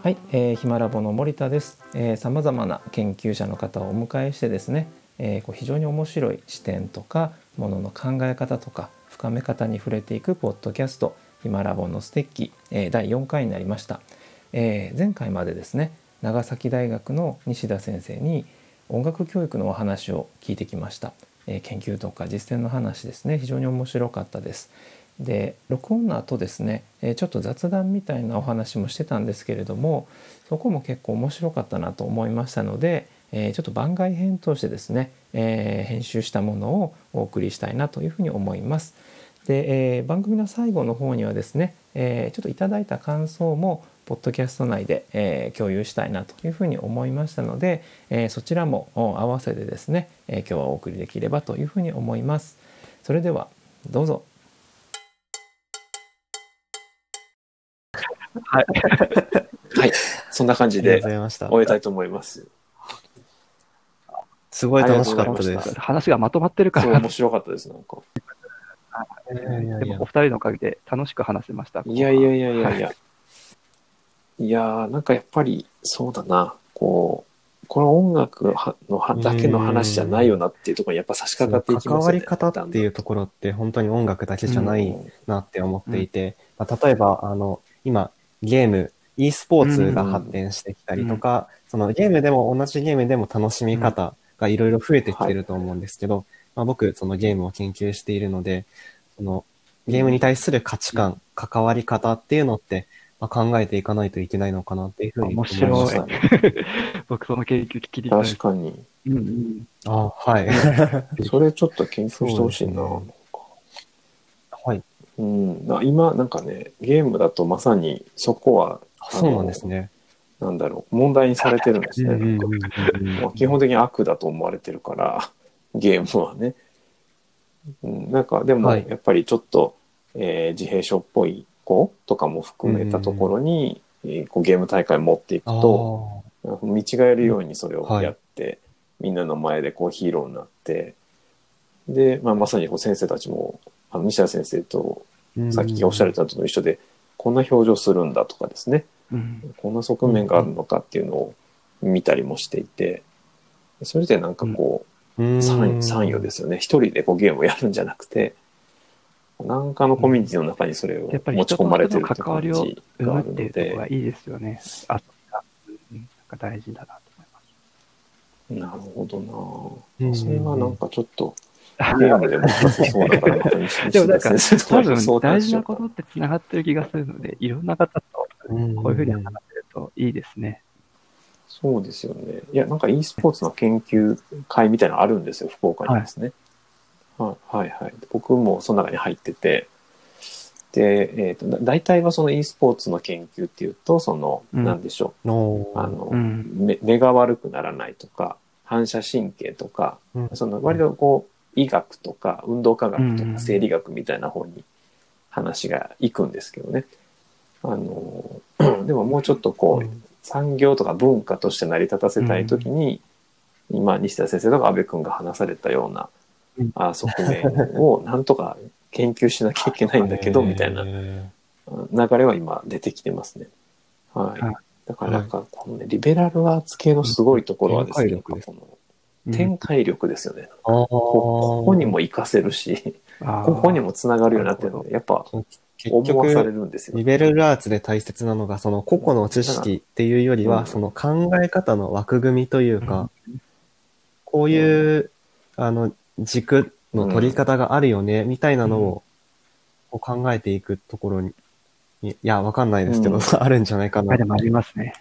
はい、ヒマラボの森田です。さまざまな研究者の方をお迎えしてですね、非常に面白い視点とかものの考え方とか深め方に触れていくポッドキャストヒマラボのステッキ、第4回になりました。前回までですね、長崎大学の西田先生に音楽教育のお話を聞いてきました。研究とか実践の話ですね、非常に面白かったです。で、録音の後ですね、ちょっと雑談みたいなお話もしてたんですけれども、そこも結構面白かったなと思いましたので、ちょっと番外編としてですね、編集したものをお送りしたいなというふうに思います。で、番組の最後の方にはですね、ちょっといただいた感想もポッドキャスト内で、共有したいなというふうに思いましたので、そちらも合わせてですね、今日はお送りできればというふうに思います。それではどうぞ。 はい、はい、そんな感じで終えたいと思います。 すごい楽しかったです。 話がまとまってるから。面白かったです、なんか。でもお二人のおかげで楽しく話せました。いや。いや、なんかやっぱりそうだな、この音楽のだけの話じゃないよなっていうところにやっぱ差し掛かっていきますよね。 関わり方っていうところって本当に音楽だけじゃないなって思っていて、例えば今ゲーム、e スポーツが発展してきたりとか、そのゲームでも同じゲームでも楽しみ方がいろいろ増えてきてると思うんですけど、僕そのゲームを研究しているので、そのゲームに対する価値観、関わり方っていうのって考えていかないといけないのかなっていうふうに思いましたね。 僕その研究聞きたい。確かに。 はい。 それちょっと研究してほしいな。 はい。 今なんかね、ゲームだとまさにそこはそうなんですね。 なんだろう、問題にされてるんですね。基本的に悪だと思われてるからゲームはね。なんかでもやっぱりちょっと、自閉症っぽい子とかも含めたところに、ゲーム大会持っていくと見違えるようにそれをやって、みんなの前でヒーローになって、で、まさに先生たちも西田先生とさっきおっしゃられたのと一緒で、こんな表情するんだとかですね、こんな側面があるのかっていうのを見たりもしていて、それでなんか参与ですよね。一人でゲームをやるんじゃなくて、なんかのコミュニティの中にそれを持ち込まれてるって感じがあるので、やっぱり人との関わりを生むっていうところがいいですよね。なんか大事だなと思います。なるほどな。それはなんかちょっとゲームでも活そうだからまた西田先生とかに相談しようか。多分大事なことってつながってる気がするので、いろんな方とこういうふうに話せるといいですね。そうですよね。いや、なんか e スポーツの研究会みたいなのあるんですよ、福岡にですね。はい。僕もその中に入ってて、で、大体はその e スポーツの研究っていうと、なんでしょう。目が悪くならないとか、反射神経とか、割と医学とか運動科学とか生理学みたいな方に話がいくんですけどね。でももうちょっと産業とか文化として成り立たせたいときに、今西田先生とか安部君が話されたような側面をなんとか研究しなきゃいけないんだけどみたいな流れは今出てきてますね。はい。だからなんかこのね、リベラルアーツ系のすごいところはですね、展開力ですよね。ここにも活かせるし、ここにもつながるようになってるので、やっぱ思わされるんですよ。 リベラルアーツで大切なのが、その個々の知識っていうよりは、その考え方の枠組みというか、こういう軸の取り方があるよね、みたいなのを考えていくところに、いや、わかんないですけど、あるんじゃないかな。 でもありますね。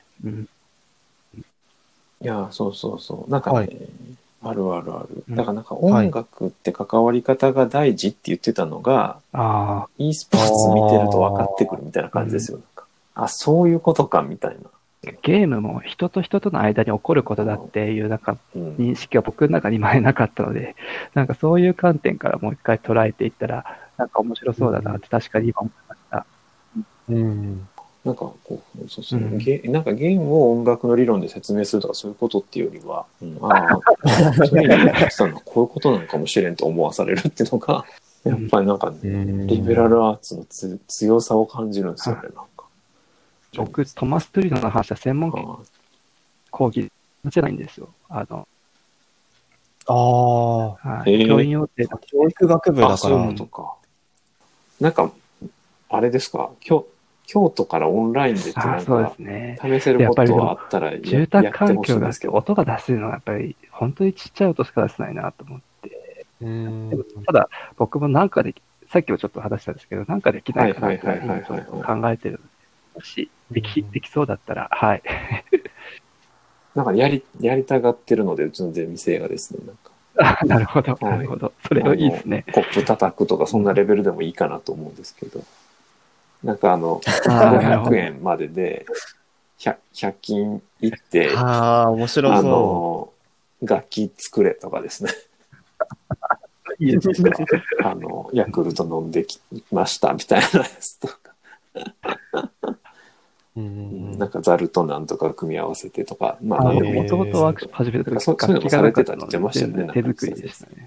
いや、そう。なんかね、ある。だからなんか音楽って関わり方が大事って言ってたのが、e スポーツ見てると分かってくるみたいな感じですよ。そういうことかみたいな。ゲームも人と人との間に起こることだっていうなんか認識は僕の中に前なかったので、なんかそういう観点からもう一回捉えていったら、なんか面白そうだなって確かに今思いました。なんかなんかゲームを音楽の理論で説明するとかそういうことっていうよりは、そういう意味でしたのはこういうことなのかもしれんと思わされるっていうのが、やっぱりなんかね、リベラルアーツの強さを感じるんですよね、なんか。 僕、トマス・トゥリノの話は専門講義じゃないんですよ。教員養成だと。 教育学部だから。 そういうことか。なんか、あれですか、京都からオンラインでってなんそうでか、 すね。 試せることはあったら住宅環境だと音が出せるのはやっぱり本当にちっちゃい音しか出せないなと思って。ただ僕もなんかさっきもちょっと話したんですけど、なんかできないかなって考えてる。もしできそうだったら、はい。 なんかやりたがってるので、うちのゼミ生がですね、なんか。 なるほど、なるほど。それはいいですね。 コップ叩くとかそんなレベルでもいいかなと思うんですけど。なんか500円までで100均行って、 面白そう。 楽器作れとかですね。 いいですね。 ヤクルト飲んできましたみたいなやつとか。なんかザルとなんとか組み合わせてとか。 もともとワークショップ始めた時そういうのもされてたって言ってましたよね。 手作りでしたね。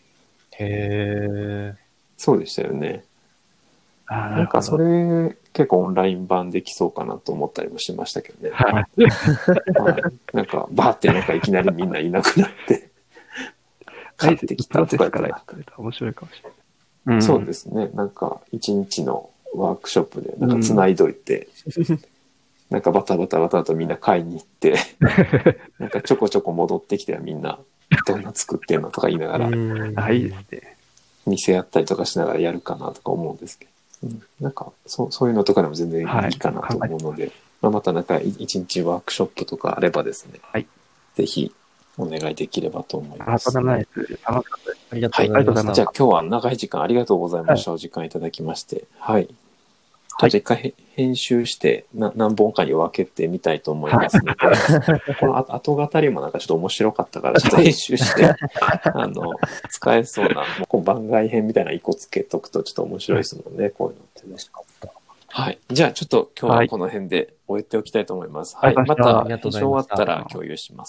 へー。 そうでしたよね。なんかそれ結構オンライン版できそうかなと思ったりもしましたけどね。なんかバーってなんかいきなりみんないなくなって帰ってきたとかから面白いかもしれない。 そうですね。なんか一日のワークショップでなんか繋いどいて、なんかバタバタとみんな買いに行ってなんかちょこちょこ戻ってきてはみんなどんな作ってんのとか言いながら、 いいですね。 店やったりとかしながらやるかなとか思うんですけど。なんかそういうのとかでも全然いいかなと思うので、またなんか一日ワークショップとかあればですね、ぜひお願いできればと思います。 ありがとうございます。 じゃあ今日は長い時間ありがとうございました。お時間いただきまして。はい。ちょっと一回編集して何本かに分けてみたいと思いますので、この後語りもなんかちょっと面白かったから、ちょっと編集して、使えそうな、もう番外編みたいな一個つけとくとちょっと面白いですもんね、こういうのってね。はい。じゃあちょっと今日はこの辺で終えておきたいと思います。はい。また編集終わったら共有します。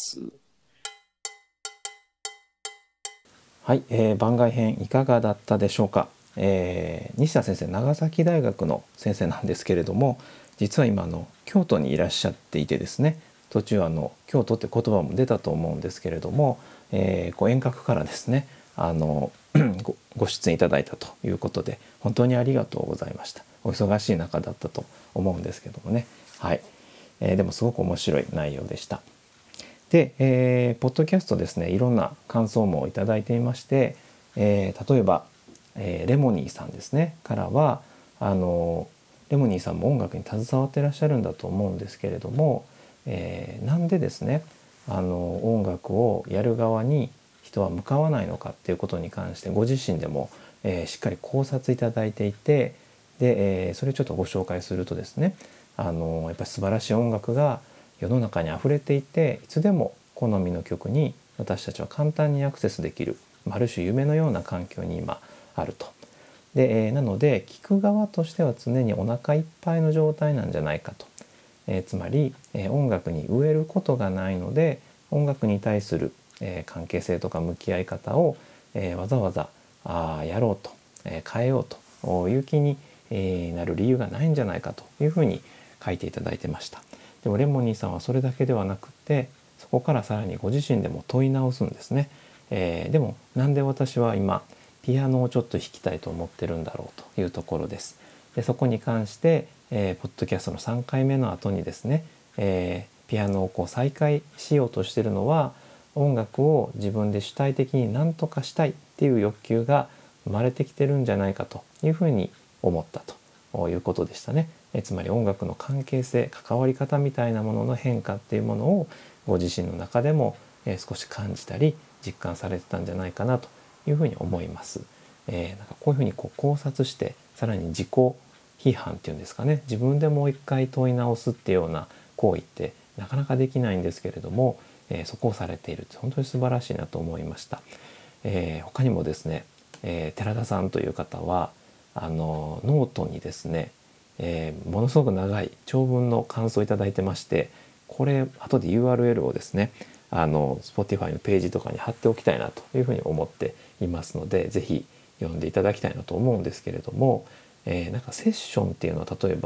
はい、番外編いかがだったでしょうか。西田先生、長崎大学の先生なんですけれども、実は今京都にいらっしゃっていてですね、途中京都って言葉も出たと思うんですけれども、遠隔からですねご出演いただいたということで本当にありがとうございました。お忙しい中だったと思うんですけどもね、はい、でもすごく面白い内容でした。で、ポッドキャストですね、いろんな感想もいただいていまして、例えばレモニーさんですねからはレモニーさんも音楽に携わっていらっしゃるんだと思うんですけれども、なんでですね音楽をやる側に人は向かわないのかっていうことに関してご自身でも、しっかり考察いただいていて、で、それをちょっとご紹介するとですねやっぱり素晴らしい音楽が世の中にあふれていて、いつでも好みの曲に私たちは簡単にアクセスできる、ある種夢のような環境に今あると。で、なので聴く側としては常にお腹いっぱいの状態なんじゃないかと。つまり、音楽に植えることがないので、音楽に対する、関係性とか向き合い方を、わざわざやろうと、変えようという気に、なる理由がないんじゃないかというふうに書いていただいてました。でもレモニーさんはそれだけではなくて、そこからさらにご自身でも問い直すんですね。でもなんで私は今ピアノをちょっと弾きたいと思ってるんだろうというところです。でそこに関して、ポッドキャストの3回目の後にですね、ピアノを再開しようとしているのは、音楽を自分で主体的に何とかしたいっていう欲求が生まれてきてるんじゃないかというふうに思ったということでしたね。つまり音楽の関係性、関わり方みたいなものの変化っていうものをご自身の中でも少し感じたり実感されてたんじゃないかなというふうに思います。なんかこういうふうに考察してさらに自己批判っていうんですかね、自分でもう一回問い直すっていうような行為ってなかなかできないんですけれども、そこをされているって本当に素晴らしいなと思いました。他にもですね、寺田さんという方はノートにですね、ものすごく長い長文の感想をいただいてまして、これ後で URL をですねSpotify のページとかに貼っておきたいなというふうに思っていますので、ぜひ読んでいただきたいなと思うんですけれども、なんかセッションっていうのは例えば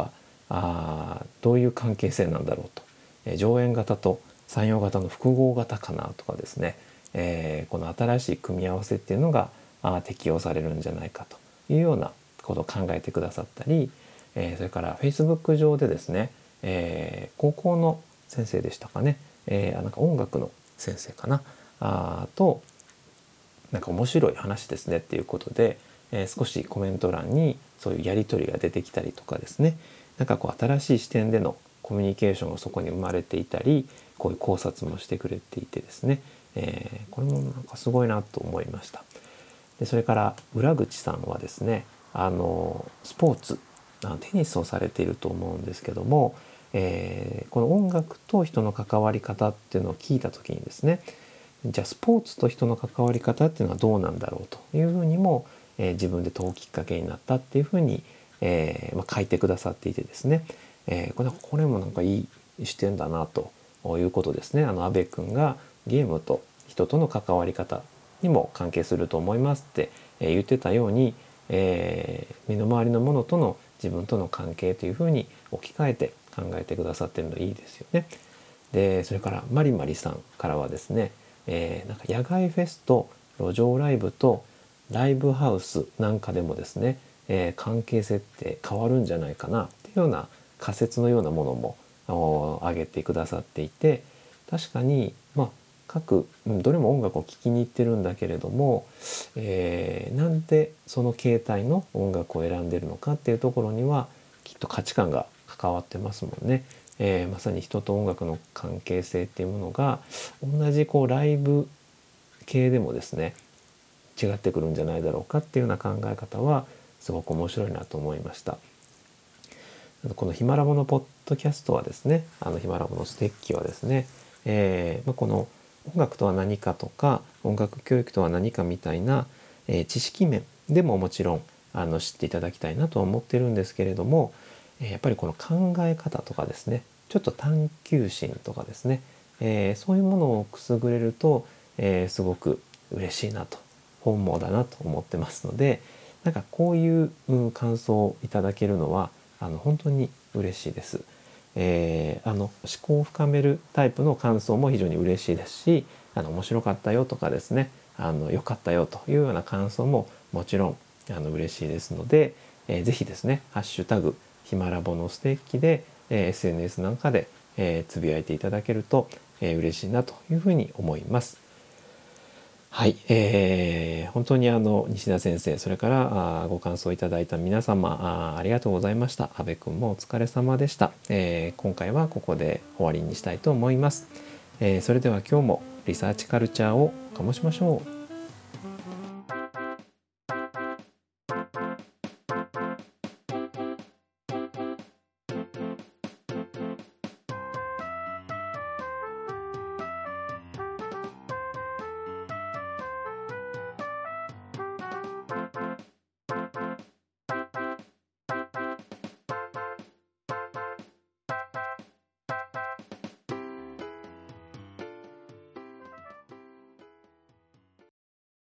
どういう関係性なんだろうと、上演型と参用型の複合型かなとかですね、この新しい組み合わせっていうのが適用されるんじゃないかというようなことを考えてくださったり、それから Facebook 上でですね、高校の先生でしたかね、なんか音楽の先生かなとなんか面白い話ですねっていうことで、少しコメント欄にそういうやり取りが出てきたりとかですね、なんかこう新しい視点でのコミュニケーションがそこに生まれていたり、こういう考察もしてくれていてですね、これもなんかすごいなと思いました。でそれから浦口さんはですね、スポーツテニスをされていると思うんですけども、この音楽と人の関わり方っていうのを聞いた時にですね、じゃあスポーツと人の関わり方っていうのはどうなんだろうというふうにも、自分で問うきっかけになったっていうふうに、書いてくださっていてですね、これもなんかいい視点だなということですね。阿部君がゲームと人との関わり方にも関係すると思いますって言ってたように、身の回りのものとの自分との関係というふうに置き換えて考えてくださってるのいいですよね。でそれからマリマリさんからはですね、なんか野外フェスと路上ライブとライブハウスなんかでもですね、関係性って変わるんじゃないかなっていうような仮説のようなものも挙げてくださっていて、確かに各どれも音楽を聴きに行ってるんだけれども、なんでその形態の音楽を選んでるのかっていうところにはきっと価値観が関わってますもんね。まさに人と音楽の関係性っていうものが同じライブ系でもですね違ってくるんじゃないだろうかっていうような考え方はすごく面白いなと思いました。このヒマラボのポッドキャストはですね、ヒマラボのステッキはですね、この音楽とは何かとか音楽教育とは何かみたいな、知識面でももちろん知っていただきたいなとは思ってるんですけれども、やっぱりこの考え方とかですね、ちょっと探求心とかですね、そういうものをくすぐれると、すごく嬉しいなと、本望だなと思ってますので、なんかこういう感想をいただけるのは本当に嬉しいです。思考を深めるタイプの感想も非常に嬉しいですし、面白かったよとかですね、良かったよというような感想ももちろん嬉しいですので、ぜひですねハッシュタグヒマラボのステッキで、SNS なんかで、つぶやいていただけると、嬉しいなというふうに思います。はい、本当に西田先生、それからご感想いただいた皆様 ありがとうございました。阿部くんもお疲れ様でした。今回はここで終わりにしたいと思います。それでは今日もリサーチカルチャーを醸しましょう。